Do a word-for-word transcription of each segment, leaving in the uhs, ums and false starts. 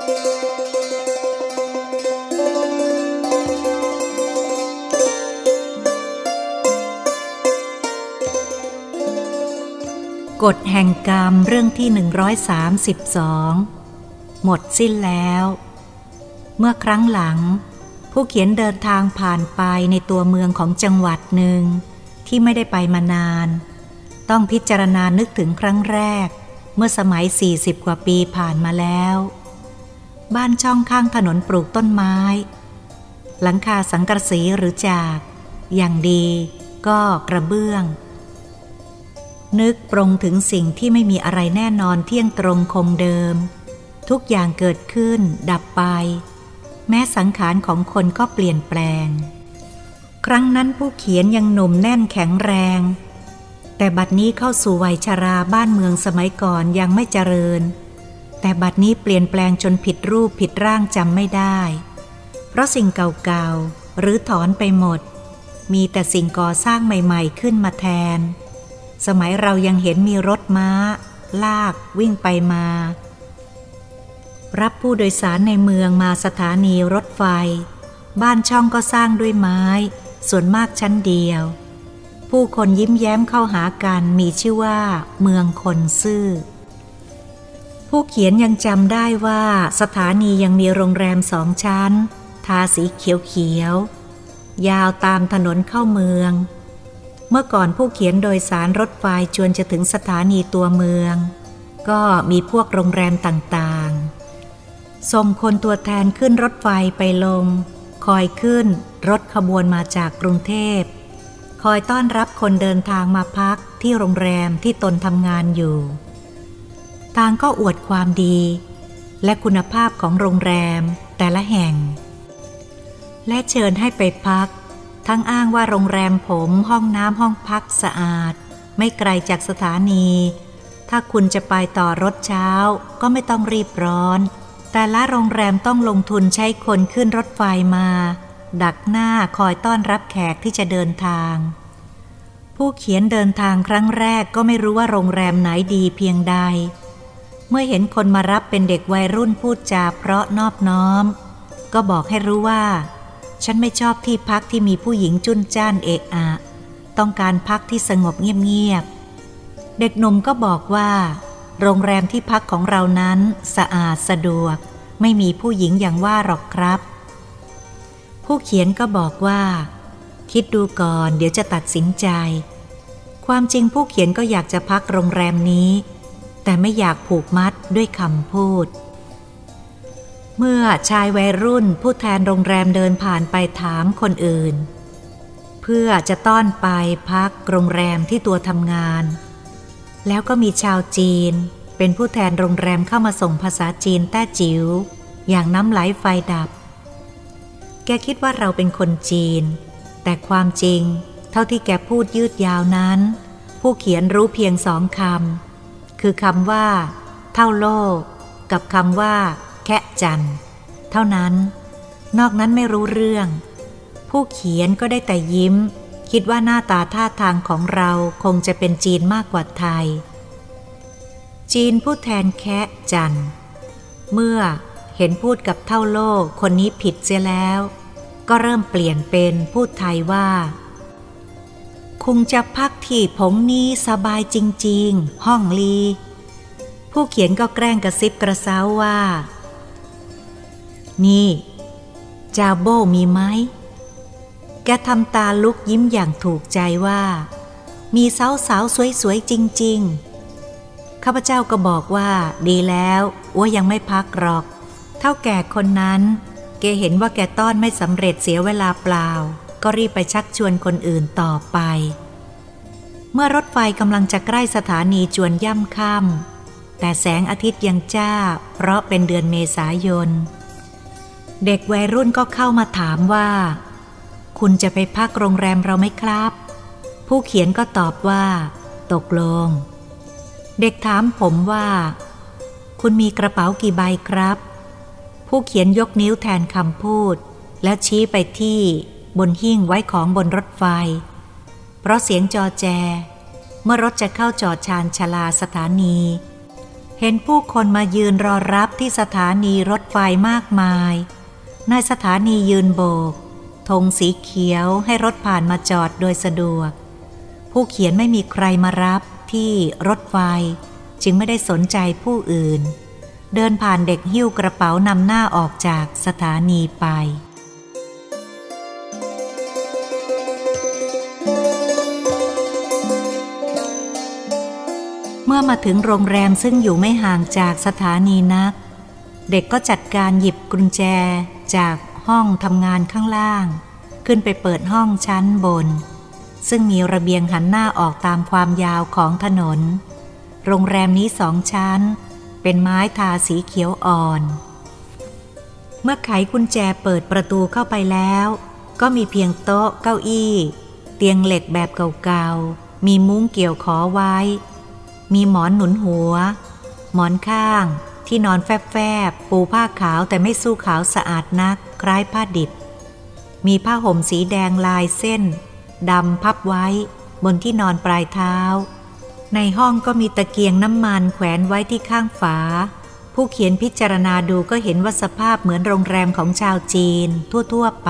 กฎแห่งกรรมเรื่องที่หนึ่งร้อยสามสิบสองหมดสิ้นแล้วเมื่อครั้งหลังผู้เขียนเดินทางผ่านไปในตัวเมืองของจังหวัดหนึ่งที่ไม่ได้ไปมานานต้องพิจารณานึกถึงครั้งแรกเมื่อสมัยสี่สิบกว่าปีผ่านมาแล้วบ้านช่องข้างถนนปลูกต้นไม้หลังคาสังกะสีหรือจากอย่างดีก็กระเบื้องนึกปรงถึงสิ่งที่ไม่มีอะไรแน่นอนเที่ยงตรงคงเดิมทุกอย่างเกิดขึ้นดับไปแม้สังขารของคนก็เปลี่ยนแปลงครั้งนั้นผู้เขียนยังหนุ่มแน่นแข็งแรงแต่บัดนี้เข้าสู่วัยชราบ้านเมืองสมัยก่อนยังไม่เจริญแต่บัดนี้เปลี่ยนแปลงจนผิดรูปผิดร่างจำไม่ได้เพราะสิ่งเก่าๆหรือถอนไปหมดมีแต่สิ่งก่อสร้างใหม่ๆขึ้นมาแทนสมัยเรายังเห็นมีรถม้าลากวิ่งไปมารับผู้โดยสารในเมืองมาสถานีรถไฟบ้านช่องก็สร้างด้วยไม้ส่วนมากชั้นเดียวผู้คนยิ้มแย้มเข้าหากันมีชื่อว่าเมืองคนซื่อผู้เขียนยังจำได้ว่าสถานียังมีโรงแรมสองชั้นทาสีเขียวๆยาวตามถนนเข้าเมืองเมื่อก่อนผู้เขียนโดยสารรถไฟจวนจะถึงสถานีตัวเมืองก็มีพวกโรงแรมต่างๆส่งคนตัวแทนขึ้นรถไฟไปลงคอยขึ้นรถขบวนมาจากกรุงเทพคอยต้อนรับคนเดินทางมาพักที่โรงแรมที่ตนทำงานอยู่ต่างก็อวดความดีและคุณภาพของโรงแรมแต่ละแห่งและเชิญให้ไปพักทั้งอ้างว่าโรงแรมผมห้องน้ำห้องพักสะอาดไม่ไกลจากสถานีถ้าคุณจะไปต่อรถเช้าก็ไม่ต้องรีบร้อนแต่ละโรงแรมต้องลงทุนใช้คนขึ้นรถไฟมาดักหน้าคอยต้อนรับแขกที่จะเดินทางผู้เขียนเดินทางครั้งแรกก็ไม่รู้ว่าโรงแรมไหนดีเพียงใดเมื่อเห็นคนมารับเป็นเด็กวัยรุ่นพูดจาเพราะนอบน้อมก็บอกให้รู้ว่าฉันไม่ชอบที่พักที่มีผู้หญิงจุนจ้านเอะอะต้องการพักที่สงบเงียบๆเด็กหนุ่มก็บอกว่าโรงแรมที่พักของเรานั้นสะอาดสะดวกไม่มีผู้หญิงอย่างว่าหรอกครับผู้เขียนก็บอกว่าคิดดูก่อนเดี๋ยวจะตัดสินใจความจริงผู้เขียนก็อยากจะพักโรงแรมนี้แต่ไม่อยากผูกมัดด้วยคำพูดเมื่อชายวัยรุ่นผู้แทนโรงแรมเดินผ่านไปถามคนอื่นเพื่อจะต้อนไปพักโรงแรมที่ตัวทำงานแล้วก็มีชาวจีนเป็นผู้แทนโรงแรมเข้ามาส่งภาษาจีนแต้จิ๋วอย่างน้ำไหลไฟดับแกคิดว่าเราเป็นคนจีนแต่ความจริงเท่าที่แกพูดยืดยาวนั้นผู้เขียนรู้เพียงสองคำคือคำว่าเท่าโลกกับคำว่าแคะจันเท่านั้นนอกนั้นไม่รู้เรื่องผู้เขียนก็ได้แต่ยิ้มคิดว่าหน้าตาท่าทางของเราคงจะเป็นจีนมากกว่าไทยจีนผู้แทนแคะจันเมื่อเห็นพูดกับเท่าโลกคนนี้ผิดเสียแล้วก็เริ่มเปลี่ยนเป็นพูดไทยว่าคงจะพักที่ผงนี้สบายจริงๆห้องลีผู้เขียนก็แกล้งกระซิบกระซาวว่านี่จาโบ้มีไหมแกทำตาลุกยิ้มอย่างถูกใจว่ามีสาวสาวสวยๆจริงๆข้าพเจ้าก็บอกว่าดีแล้วว่ายังไม่พักหรอกเท่าแก่คนนั้นแกเห็นว่าแกต้อนไม่สำเร็จเสียเวลาเปล่าก็รีบไปชักชวนคนอื่นต่อไปเมื่อรถไฟกำลังจะใกล้สถานีจวนย่ำค่ำแต่แสงอาทิตย์ยังจ้าเพราะเป็นเดือนเมษายนเด็กวัยรุ่นก็เข้ามาถามว่าคุณจะไปพักโรงแรมเราไหมครับผู้เขียนก็ตอบว่าตกลงเด็กถามผมว่าคุณมีกระเป๋ากี่ใบครับผู้เขียนยกนิ้วแทนคำพูดแล้วชี้ไปที่บนหิ้งไว้ของบนรถไฟเพราะเสียงจอแจเมื่อรถจะเข้าจอดชานชาลาสถานี เหเห็นผู้คนมายืนรอรับที่สถานีรถไฟมากมายนายสถานียืนโบกธงสีเขียวให้รถผ่านมาจอดโดยสะดวกผู้เขียนไม่มีใครมารับที่รถไฟจึงไม่ได้สนใจผู้อื่นเดินผ่านเด็กหิ้วกระเป๋านำหน้าออกจากสถานีไปเมื่อมาถึงโรงแรมซึ่งอยู่ไม่ห่างจากสถานีนักเด็กก็จัดการหยิบกุญแจจากห้องทำงานข้างล่างขึ้นไปเปิดห้องชั้นบนซึ่งมีระเบียงหันหน้าออกตามความยาวของถนนโรงแรมนี้สองชั้นเป็นไม้ทาสีเขียวอ่อนเมื่อไขกุญแจเปิดประตูเข้าไปแล้วก็มีเพียงโต๊ะเก้าอี้เตียงเหล็กแบบเก่าๆมีมุ้งเกี่ยวขอไว้มีหมอนหนุนหัวหมอนข้างที่นอนแฟบๆปูผ้าขาวแต่ไม่สู้ขาวสะอาดนักคล้ายผ้าดิบมีผ้าห่มสีแดงลายเส้นดำพับไว้บนที่นอนปลายเท้าในห้องก็มีตะเกียงน้ำมันแขวนไว้ที่ข้างฝาผู้เขียนพิจารณาดูก็เห็นว่าสภาพเหมือนโรงแรมของชาวจีนทั่วๆไป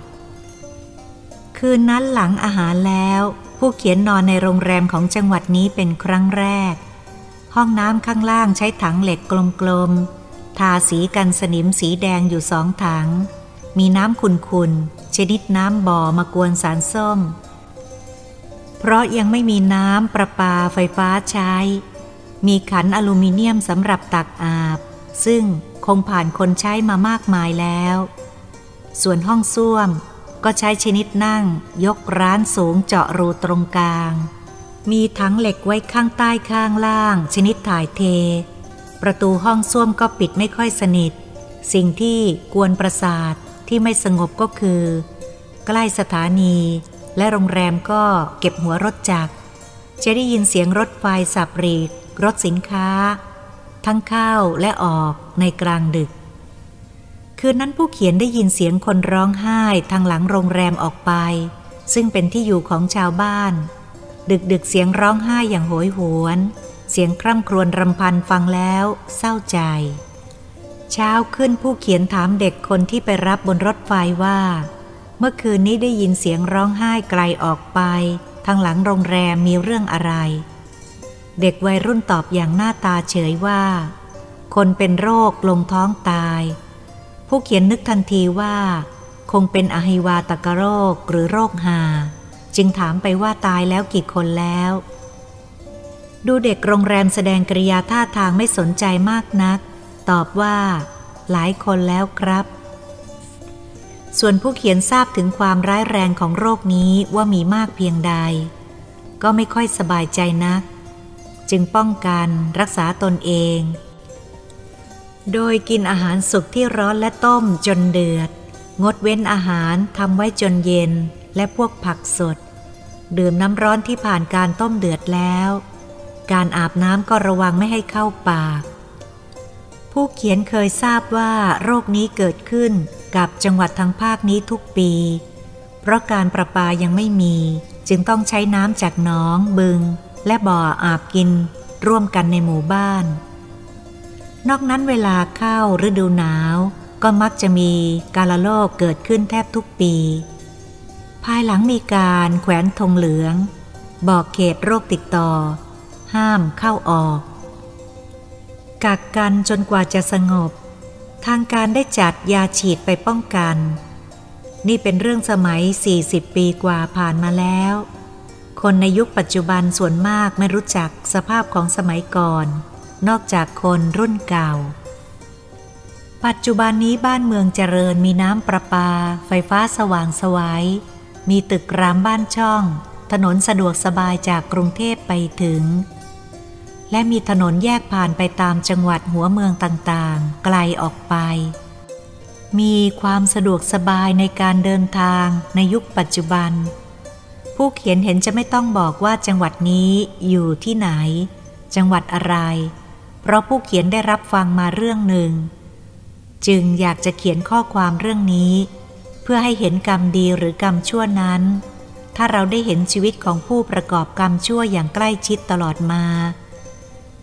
คืนนั้นหลังอาหารแล้วผู้เขียนนอนในโรงแรมของจังหวัดนี้เป็นครั้งแรกห้องน้ำข้างล่างใช้ถังเหล็กกลมๆทาสีกันสนิมสีแดงอยู่สองถังมีน้ำขุ่นๆชนิดน้ำบ่อมากวนสารส้มเพราะยังไม่มีน้ำประปาไฟฟ้าใช้มีขันอลูมิเนียมสำหรับตักอาบซึ่งคงผ่านคนใช้มามากมายแล้วส่วนห้องส้วมก็ใช้ชนิดนั่งยกร้านสูงเจาะรูตรงกลางมีถังเหล็กไว้ข้างใต้ข้างล่างชนิดถ่ายเทประตูห้องส้วมก็ปิดไม่ค่อยสนิทสิ่งที่กวนประสาทที่ไม่สงบก็คือใกล้สถานีและโรงแรมก็เก็บหัวรถจักรจะได้ยินเสียงรถไฟสับหรีกรถสินค้าทั้งเข้าและออกในกลางดึกคืนนั้นผู้เขียนได้ยินเสียงคนร้องไห้ทางหลังโรงแรมออกไปซึ่งเป็นที่อยู่ของชาวบ้านดึกดึกเสียงร้องไห้อย่างโหยหวนเสียงคร่ำครวญรำพันฟังแล้วเศร้าใจเช้าขึ้นผู้เขียนถามเด็กคนที่ไปรับบนรถไฟว่าเมื่อคืนนี้ได้ยินเสียงร้องไห้ไกลออกไปทางหลังโรงแรมมีเรื่องอะไรเด็กวัยรุ่นตอบอย่างหน้าตาเฉยว่าคนเป็นโรคลงท้องตายผู้เขียนนึกทันทีว่าคงเป็นอหิวาตกโรคหรือโรคหาจึงถามไปว่าตายแล้วกี่คนแล้วดูเด็กโรงแรมแสดงกริยาท่าทางไม่สนใจมากนักตอบว่าหลายคนแล้วครับส่วนผู้เขียนทราบถึงความร้ายแรงของโรคนี้ว่ามีมากเพียงใดก็ไม่ค่อยสบายใจนักจึงป้องกันรักษาตนเองโดยกินอาหารสุกที่ร้อนและต้มจนเดือดงดเว้นอาหารทำไว้จนเย็นและพวกผักสดดื่มน้ำร้อนที่ผ่านการต้มเดือดแล้วการอาบน้ำก็ระวังไม่ให้เข้าปากผู้เขียนเคยทราบว่าโรคนี้เกิดขึ้นกับจังหวัดทางภาคนี้ทุกปีเพราะการประปายังไม่มีจึงต้องใช้น้ำจากหนองบึงและบ่ออาบกินร่วมกันในหมู่บ้านนอกนั้นเวลาเข้าฤดูหนาวก็มักจะมีกาฬโรคเกิดขึ้นแทบทุกปีภายหลังมีการแขวนธงเหลืองบอกเขตโรคติดต่อห้ามเข้าออกกักกันจนกว่าจะสงบทางการได้จัดยาฉีดไปป้องกันนี่เป็นเรื่องสมัยสี่สิบปีกว่าผ่านมาแล้วคนในยุคปัจจุบันส่วนมากไม่รู้จักสภาพของสมัยก่อนนอกจากคนรุ่นเก่าปัจจุบันนี้บ้านเมืองเจริญมีน้ำประปาไฟฟ้าสว่างไสวมีตึกรามบ้านช่องถนนสะดวกสบายจากกรุงเทพไปถึงและมีถนนแยกผ่านไปตามจังหวัดหัวเมืองต่างๆไกลออกไปมีความสะดวกสบายในการเดินทางในยุคปัจจุบันผู้เขียนเห็นจะไม่ต้องบอกว่าจังหวัดนี้อยู่ที่ไหนจังหวัดอะไรเพราะผู้เขียนได้รับฟังมาเรื่องหนึ่งจึงอยากจะเขียนข้อความเรื่องนี้เพื่อให้เห็นกรรมดีหรือกรรมชั่วนั้นถ้าเราได้เห็นชีวิตของผู้ประกอบกรรมชั่วอย่างใกล้ชิดตลอดมา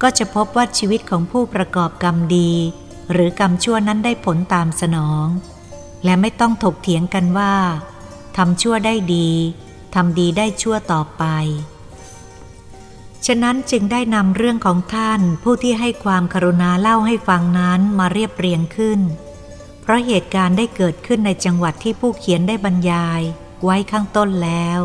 ก็จะพบว่าชีวิตของผู้ประกอบกรรมดีหรือกรรมชั่วนั้นได้ผลตามสนองและไม่ต้องถกเถียงกันว่าทำชั่วได้ดีทำดีได้ชั่วต่อไปฉะนั้นจึงได้นำเรื่องของท่านผู้ที่ให้ความกรุณาเล่าให้ฟังนั้นมาเรียบเรียงขึ้นเพราะเหตุการณ์ได้เกิดขึ้นในจังหวัดที่ผู้เขียนได้บรรยายไว้ข้างต้นแล้ว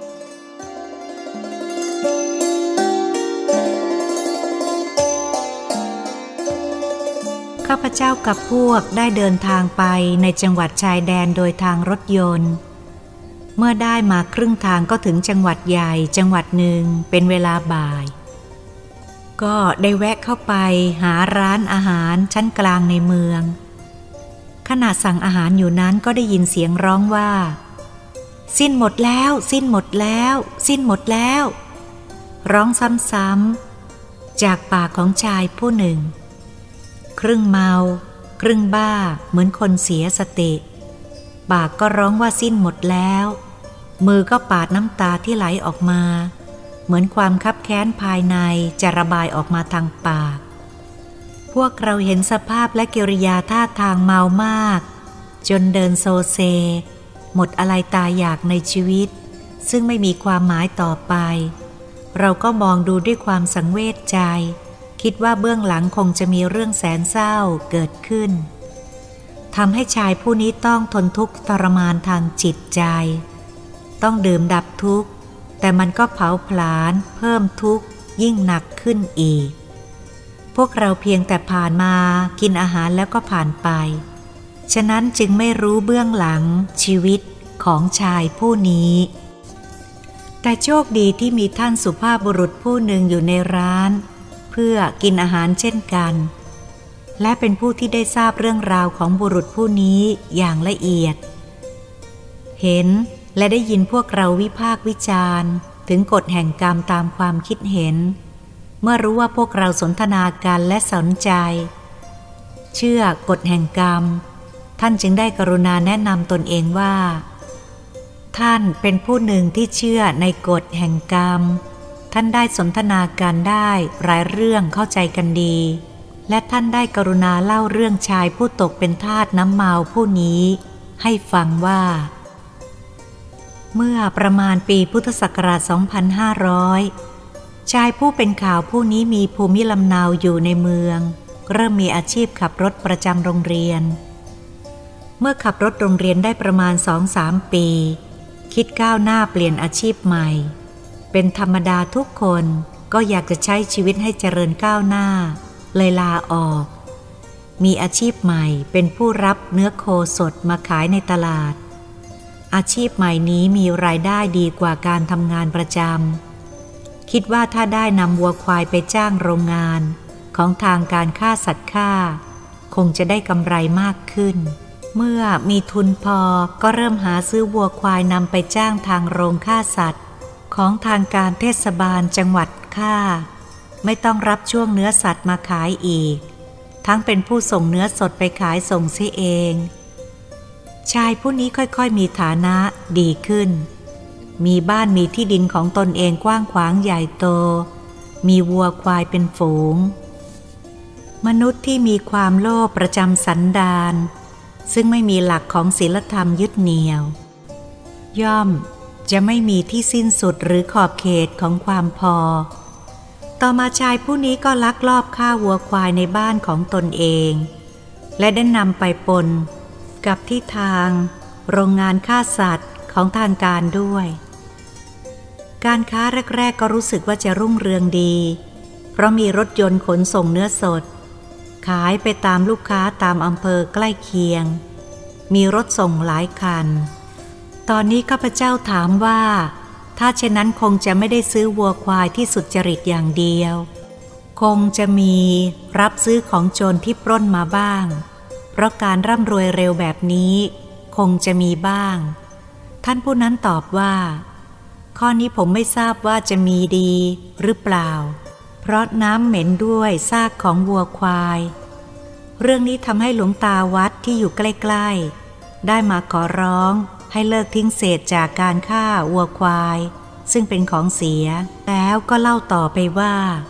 ข้าพเจ้ากับพวกได้เดินทางไปในจังหวัดชายแดนโดยทางรถยนต์เมื่อได้มาครึ่งทางก็ถึงจังหวัดใหญ่จังหวัดหนึ่งเป็นเวลาบ่ายก็ได้แวะเข้าไปหาร้านอาหารชั้นกลางในเมืองขณะสั่งอาหารอยู่นั้นก็ได้ยินเสียงร้องว่าสิ้นหมดแล้วสิ้นหมดแล้วสิ้นหมดแล้วร้องซ้ำๆจากปากของชายผู้หนึ่งครึ่งเมาครึ่งบ้าเหมือนคนเสียสติปากก็ร้องว่าสิ้นหมดแล้วมือก็ปาดน้ำตาที่ไหลออกมาเหมือนความคับแค้นภายในจะระบายออกมาทางปากพวกเราเห็นสภาพและกิริยาท่าทางเมามากจนเดินโซเซหมดอะไรตายอยากในชีวิตซึ่งไม่มีความหมายต่อไปเราก็มองดูด้วยความสังเวชใจคิดว่าเบื้องหลังคงจะมีเรื่องแสนเศร้าเกิดขึ้นทำให้ชายผู้นี้ต้องทนทุกข์ทรมานทางจิตใจต้องดื่มดับทุกข์แต่มันก็เผาผลาญเพิ่มทุกข์ยิ่งหนักขึ้นอีกพวกเราเพียงแต่ผ่านมากินอาหารแล้วก็ผ่านไปฉะนั้นจึงไม่รู้เบื้องหลังชีวิตของชายผู้นี้แต่โชคดีที่มีท่านสุภาพบุรุษผู้หนึ่งอยู่ในร้านเพื่อกินอาหารเช่นกันและเป็นผู้ที่ได้ทราบเรื่องราวของบุรุษผู้นี้อย่างละเอียดเห็นและได้ยินพวกเราวิพากษ์วิจารณ์ถึงกฎแห่งกรรมตามความคิดเห็นเมื่อรู้ว่าพวกเราสนทนากันและสนใจเชื่อกฎแห่งกรรมท่านจึงได้กรุณาแนะนำตนเองว่าท่านเป็นผู้หนึ่งที่เชื่อในกฎแห่งกรรมท่านได้สนทนากันได้หลายเรื่องเข้าใจกันดีและท่านได้กรุณาเล่าเรื่องชายผู้ตกเป็นทาสน้ำเมาผู้นี้ให้ฟังว่าเมื่อประมาณปีพุทธศักราช สองพันห้าร้อย ชายผู้เป็นข่าวผู้นี้มีภูมิลำเนาอยู่ในเมืองเริ่มมีอาชีพขับรถประจำโรงเรียนเมื่อขับรถโรงเรียนได้ประมาณ สองถึงสาม ปีคิดก้าวหน้าเปลี่ยนอาชีพใหม่เป็นธรรมดาทุกคนก็อยากจะใช้ชีวิตให้เจริญก้าวหน้าเลยลาออกมีอาชีพใหม่เป็นผู้รับเนื้อโคสดมาขายในตลาดอาชีพใหม่นี้มีรายได้ดีกว่าการทำงานประจำคิดว่าถ้าได้นำวัวควายไปจ้างโรงงานของทางการฆ่าสัตว์ฆ่าคงจะได้กำไรมากขึ้นเมื่อมีทุนพอก็เริ่มหาซื้อวัวควายนำไปจ้างทางโรงฆ่าสัตว์ของทางการเทศบาลจังหวัดฆ่าไม่ต้องรับช่วงเนื้อสัตว์มาขายอีกทั้งเป็นผู้ส่งเนื้อสดไปขายส่งเสียเองชายผู้นี้ค่อยๆมีฐานะดีขึ้นมีบ้านมีที่ดินของตนเองกว้างขวางใหญ่โตมีวัวควายเป็นฝูงมนุษย์ที่มีความโลภประจำสันดานซึ่งไม่มีหลักของศีลธรรมยึดเหนี่ยวย่อมจะไม่มีที่สิ้นสุดหรือขอบเขตของความพอต่อมาชายผู้นี้ก็ลักลอบฆ่าวัวควายในบ้านของตนเองและได้นำไปปนกับที่ทางโรงงานฆ่าสัตว์ของทางการด้วยการค้าแรกๆก็รู้สึกว่าจะรุ่งเรืองดีเพราะมีรถยนต์ขนส่งเนื้อสดขายไปตามลูกค้าตามอำเภอใกล้เคียงมีรถส่งหลายคันตอนนี้ข้าพเจ้าถามว่าถ้าเช่นนั้นคงจะไม่ได้ซื้อวัวควายที่สุจริตอย่างเดียวคงจะมีรับซื้อของโจรที่ปล้นมาบ้างเพราะการร่ำรวยเร็วแบบนี้คงจะมีบ้างท่านผู้นั้นตอบว่าข้อนี้ผมไม่ทราบว่าจะมีดีหรือเปล่าเพราะน้ำเหม็นด้วยซากของวัวควายเรื่องนี้ทำให้หลวงตาวัดที่อยู่ใกล้ๆได้มาขอร้องให้เลิกทิ้งเศษจากการฆ่าวัวควายซึ่งเป็นของเสียแล้วก็เล่าต่อไปว่า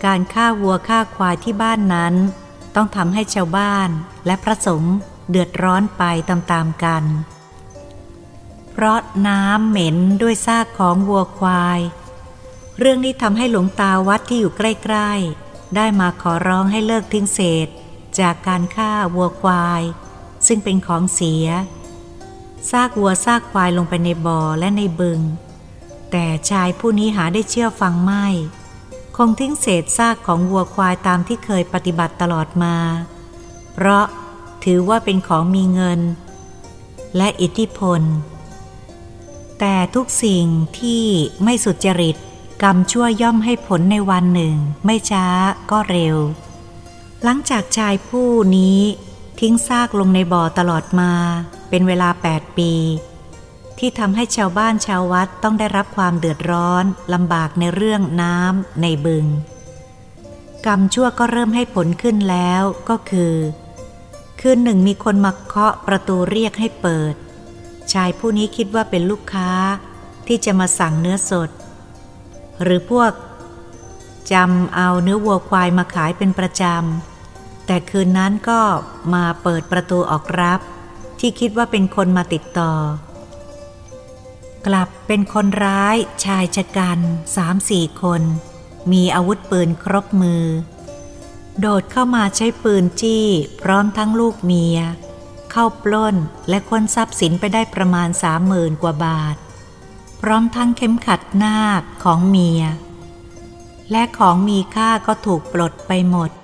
การฆ่าวัวฆ่าควายที่บ้านนั้นต้องทำให้ชาวบ้านและพระสงฆ์เดือดร้อนไปตามๆกันเพราะน้ำเหม็นด้วยซากของวัวควายเรื่องนี้ทำให้หลวงตาวัดที่อยู่ใกล้ๆได้มาขอร้องให้เลิกทิ้งเศษจากการฆ่าวัวควายซึ่งเป็นของเสียซากวัวซากควายลงไปในบ่อและในบึงแต่ชายผู้นี้หาได้เชื่อฟังไม่คงทิ้งเศษซากของวัวควายตามที่เคยปฏิบัติตลอดมาเพราะถือว่าเป็นของมีเงินและอิทธิพลแต่ทุกสิ่งที่ไม่สุจริตกรรมชั่วย่อมให้ผลในวันหนึ่งไม่ช้าก็เร็วหลังจากชายผู้นี้ทิ้งซากลงในบ่อตลอดมาเป็นเวลาแปดปีที่ทำให้ชาวบ้านชาววัดต้องได้รับความเดือดร้อนลำบากในเรื่องน้ำในบึงกรรมชั่วก็เริ่มให้ผลขึ้นแล้วก็คือคืนหนึ่งมีคนมาเคาะประตูเรียกให้เปิดชายผู้นี้คิดว่าเป็นลูกค้าที่จะมาสั่งเนื้อสดหรือพวกจำเอาเนื้อวัวควายมาขายเป็นประจำแต่คืนนั้นก็มาเปิดประตูออกรับที่คิดว่าเป็นคนมาติดต่อกลับเป็นคนร้ายชายชะกันสามสี่คนมีอาวุธปืนครบมือโดดเข้ามาใช้ปืนจี้พร้อมทั้งลูกเมียเข้าปล้นและค้นทรัพย์สินไปได้ประมาณสามหมื่นกว่าบาทพร้อมทั้งเข็มขัดนาคของเมียและของมีค่าก็ถูกปลดไปหมด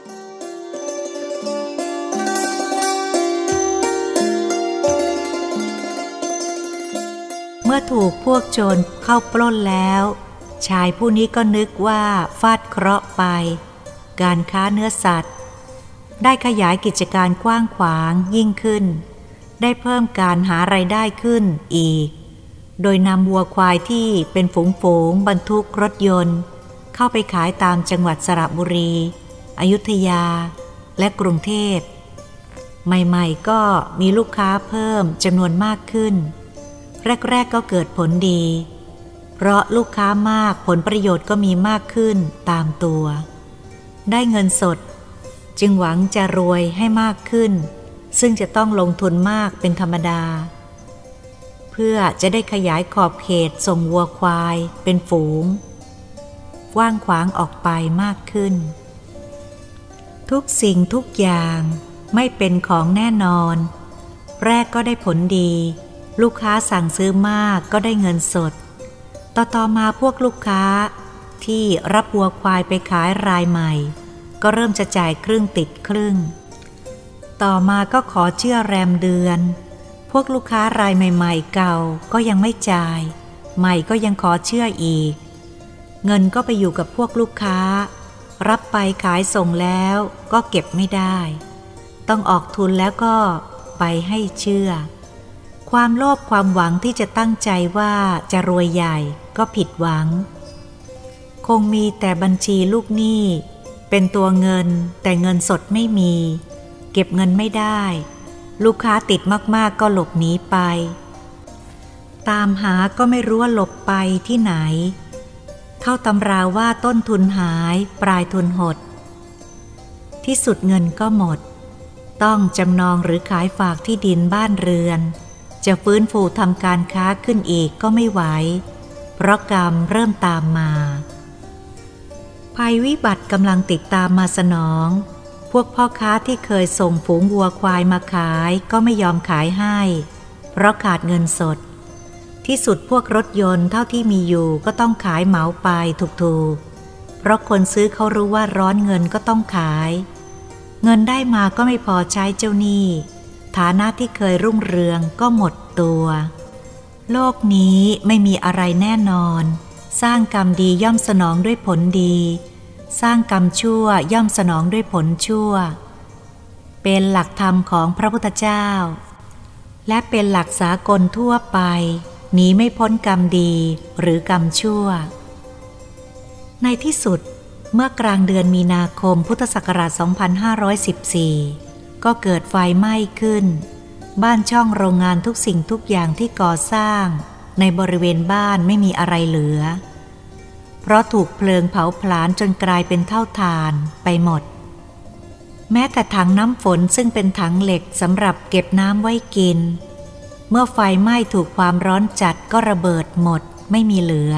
เมื่อถูกพวกโจรเข้าปล้นแล้วชายผู้นี้ก็นึกว่าฟาดเคราะห์ไปการค้าเนื้อสัตว์ได้ขยายกิจการกว้างขวางยิ่งขึ้นได้เพิ่มการหารายได้ขึ้นอีกโดยนำวัวควายที่เป็นฝูงๆบรรทุกรถยนต์เข้าไปขายตามจังหวัดสระบุรีอยุธยาและกรุงเทพใหม่ๆก็มีลูกค้าเพิ่มจำนวนมากขึ้นแรกๆก็เกิดผลดีเพราะลูกค้ามากผลประโยชน์ก็มีมากขึ้นตามตัวได้เงินสดจึงหวังจะรวยให้มากขึ้นซึ่งจะต้องลงทุนมากเป็นธรรมดาเพื่อจะได้ขยายขอบเขตส่งวัวควายเป็นฝูงกว้างขวางออกไปมากขึ้นทุกสิ่งทุกอย่างไม่เป็นของแน่นอนแรกก็ได้ผลดีลูกค้าสั่งซื้อมากก็ได้เงินสดต่อต่อมาพวกลูกค้าที่รับวัวควายไปขายรายใหม่ก็เริ่มจะจ่ายครึ่งติดครึ่งต่อมาก็ขอเชื่อแรมเดือนพวกลูกค้ารายใหม่ๆเก่าก็ยังไม่จ่ายใหม่ก็ยังขอเชื่ออีกเงินก็ไปอยู่กับพวกลูกค้ารับไปขายส่งแล้วก็เก็บไม่ได้ต้องออกทุนแล้วก็ไปให้เชื่อความโลภความหวังที่จะตั้งใจว่าจะรวยใหญ่ก็ผิดหวังคงมีแต่บัญชีลูกหนี้เป็นตัวเงินแต่เงินสดไม่มีเก็บเงินไม่ได้ลูกค้าติดมากๆก็หลบหนีไปตามหาก็ไม่รู้ว่าหลบไปที่ไหนเข้าตำราว่าต้นทุนหายปลายทุนหดที่สุดเงินก็หมดต้องจำนองหรือขายฝากที่ดินบ้านเรือนจะฟื้นฟูทำการค้าขึ้นอีกก็ไม่ไหวเพราะกรรมเริ่มตามมาภัยวิบัติกำลังติดตามมาสนองพวกพ่อค้าที่เคยส่งฝูงวัวควายมาขายก็ไม่ยอมขายให้เพราะขาดเงินสดที่สุดพวกรถยนต์เท่าที่มีอยู่ก็ต้องขายเหมาไปถูกๆเพราะคนซื้อเขารู้ว่าร้อนเงินก็ต้องขายเงินได้มาก็ไม่พอใช้เจ้าหนี้ฐานะที่เคยรุ่งเรืองก็หมดตัวโลกนี้ไม่มีอะไรแน่นอนสร้างกรรมดีย่อมสนองด้วยผลดีสร้างกรรมชั่วย่อมสนองด้วยผลชั่วเป็นหลักธรรมของพระพุทธเจ้าและเป็นหลักสากลทั่วไปหนีไม่พ้นกรรมดีหรือกรรมชั่วในที่สุดเมื่อกลางเดือนมีนาคมพุทธศักราช สองพันห้าร้อยสิบสี่ ก็เกิดไฟไหม้ขึ้นบ้านช่องโรงงานทุกสิ่งทุกอย่างที่ก่อสร้างในบริเวณบ้านไม่มีอะไรเหลือเพราะถูกเพลิงเผาผลาญจนกลายเป็นเท่าฐานไปหมดแม้แต่ถังน้ำฝนซึ่งเป็นถังเหล็กสำหรับเก็บน้ำไว้กินเมื่อไฟไหม้ถูกความร้อนจัดก็ระเบิดหมดไม่มีเหลือ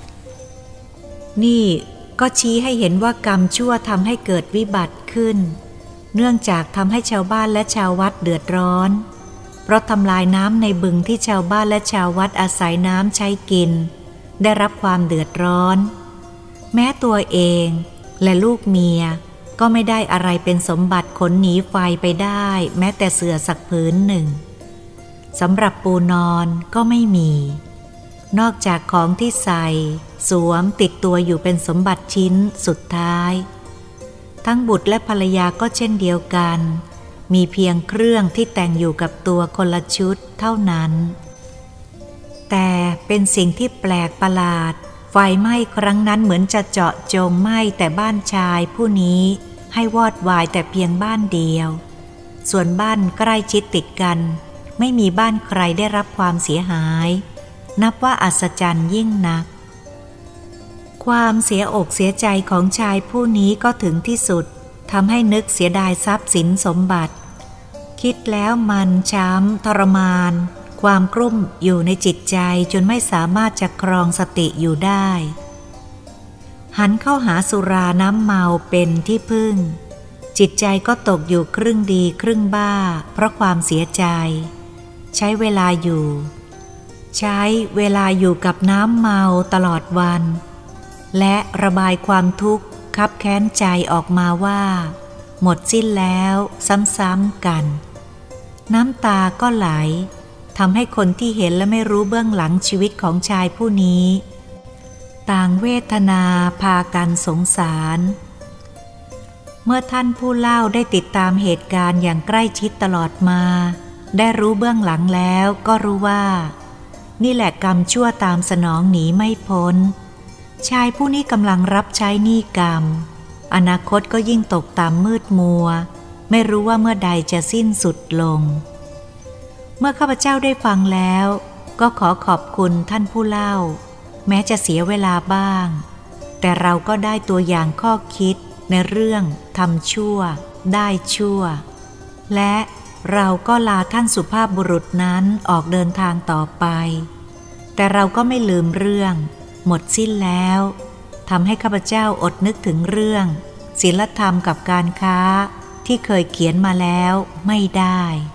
นี่ก็ชี้ให้เห็นว่ากรรมชั่วทำให้เกิดวิบัติขึ้นเนื่องจากทำให้ชาวบ้านและชาววัดเดือดร้อนเพราะทำลายน้ำในบึงที่ชาวบ้านและชาววัดอาศัยน้ำใช้กินได้รับความเดือดร้อนแม้ตัวเองและลูกเมียก็ไม่ได้อะไรเป็นสมบัติขนหนีไฟไปได้แม้แต่เสื่อสักผืนหนึ่งสำหรับปูนอนก็ไม่มีนอกจากของที่ใส่สวมติดตัวอยู่เป็นสมบัติชิ้นสุดท้ายทั้งบุตรและภรรยาก็เช่นเดียวกันมีเพียงเครื่องที่แต่งอยู่กับตัวคนละชุดเท่านั้นแต่เป็นสิ่งที่แปลกประหลาดไฟไหม้ครั้งนั้นเหมือนจะเจาะจงไหม้แต่บ้านชายผู้นี้ให้วอดวายแต่เพียงบ้านเดียวส่วนบ้านใกล้ชิดติดกันไม่มีบ้านใครได้รับความเสียหายนับว่าอัศจรรย์ยิ่งนักความเสียอกเสียใจของชายผู้นี้ก็ถึงที่สุดทำให้นึกเสียดายทรัพย์สินสมบัติคิดแล้วมันช้ำทรมานความกลุ้มอยู่ในจิตใจจนไม่สามารถจะครองสติอยู่ได้หันเข้าหาสุราน้ำเมาเป็นที่พึ่งจิตใจก็ตกอยู่ครึ่งดีครึ่งบ้าเพราะความเสียใจใช้เวลาอยู่ใช้เวลาอยู่กับน้ำเมาตลอดวันและระบายความทุกข์คับแค้นใจออกมาว่าหมดสิ้นแล้วซ้ำๆกันน้ำตาก็ไหลทำให้คนที่เห็นและไม่รู้เบื้องหลังชีวิตของชายผู้นี้ต่างเวทนาพากันสงสารเมื่อท่านผู้เล่าได้ติดตามเหตุการณ์อย่างใกล้ชิดตลอดมาได้รู้เบื้องหลังแล้วก็รู้ว่านี่แหละกรรมชั่วตามสนองหนีไม่พ้นชายผู้นี้กำลังรับใช้หนี้กรรมอนาคตก็ยิ่งตกต่ำมืดมัวไม่รู้ว่าเมื่อใดจะสิ้นสุดลงเมื่อข้าพเจ้าได้ฟังแล้วก็ขอขอบคุณท่านผู้เล่าแม้จะเสียเวลาบ้างแต่เราก็ได้ตัวอย่างข้อคิดในเรื่องทำชั่วได้ชั่วและเราก็ลาท่านสุภาพบุรุษนั้นออกเดินทางต่อไปแต่เราก็ไม่ลืมเรื่องหมดสิ้นแล้วทำให้ข้าพเจ้าอดนึกถึงเรื่องศีลธรรมกับการค้าที่เคยเขียนมาแล้วไม่ได้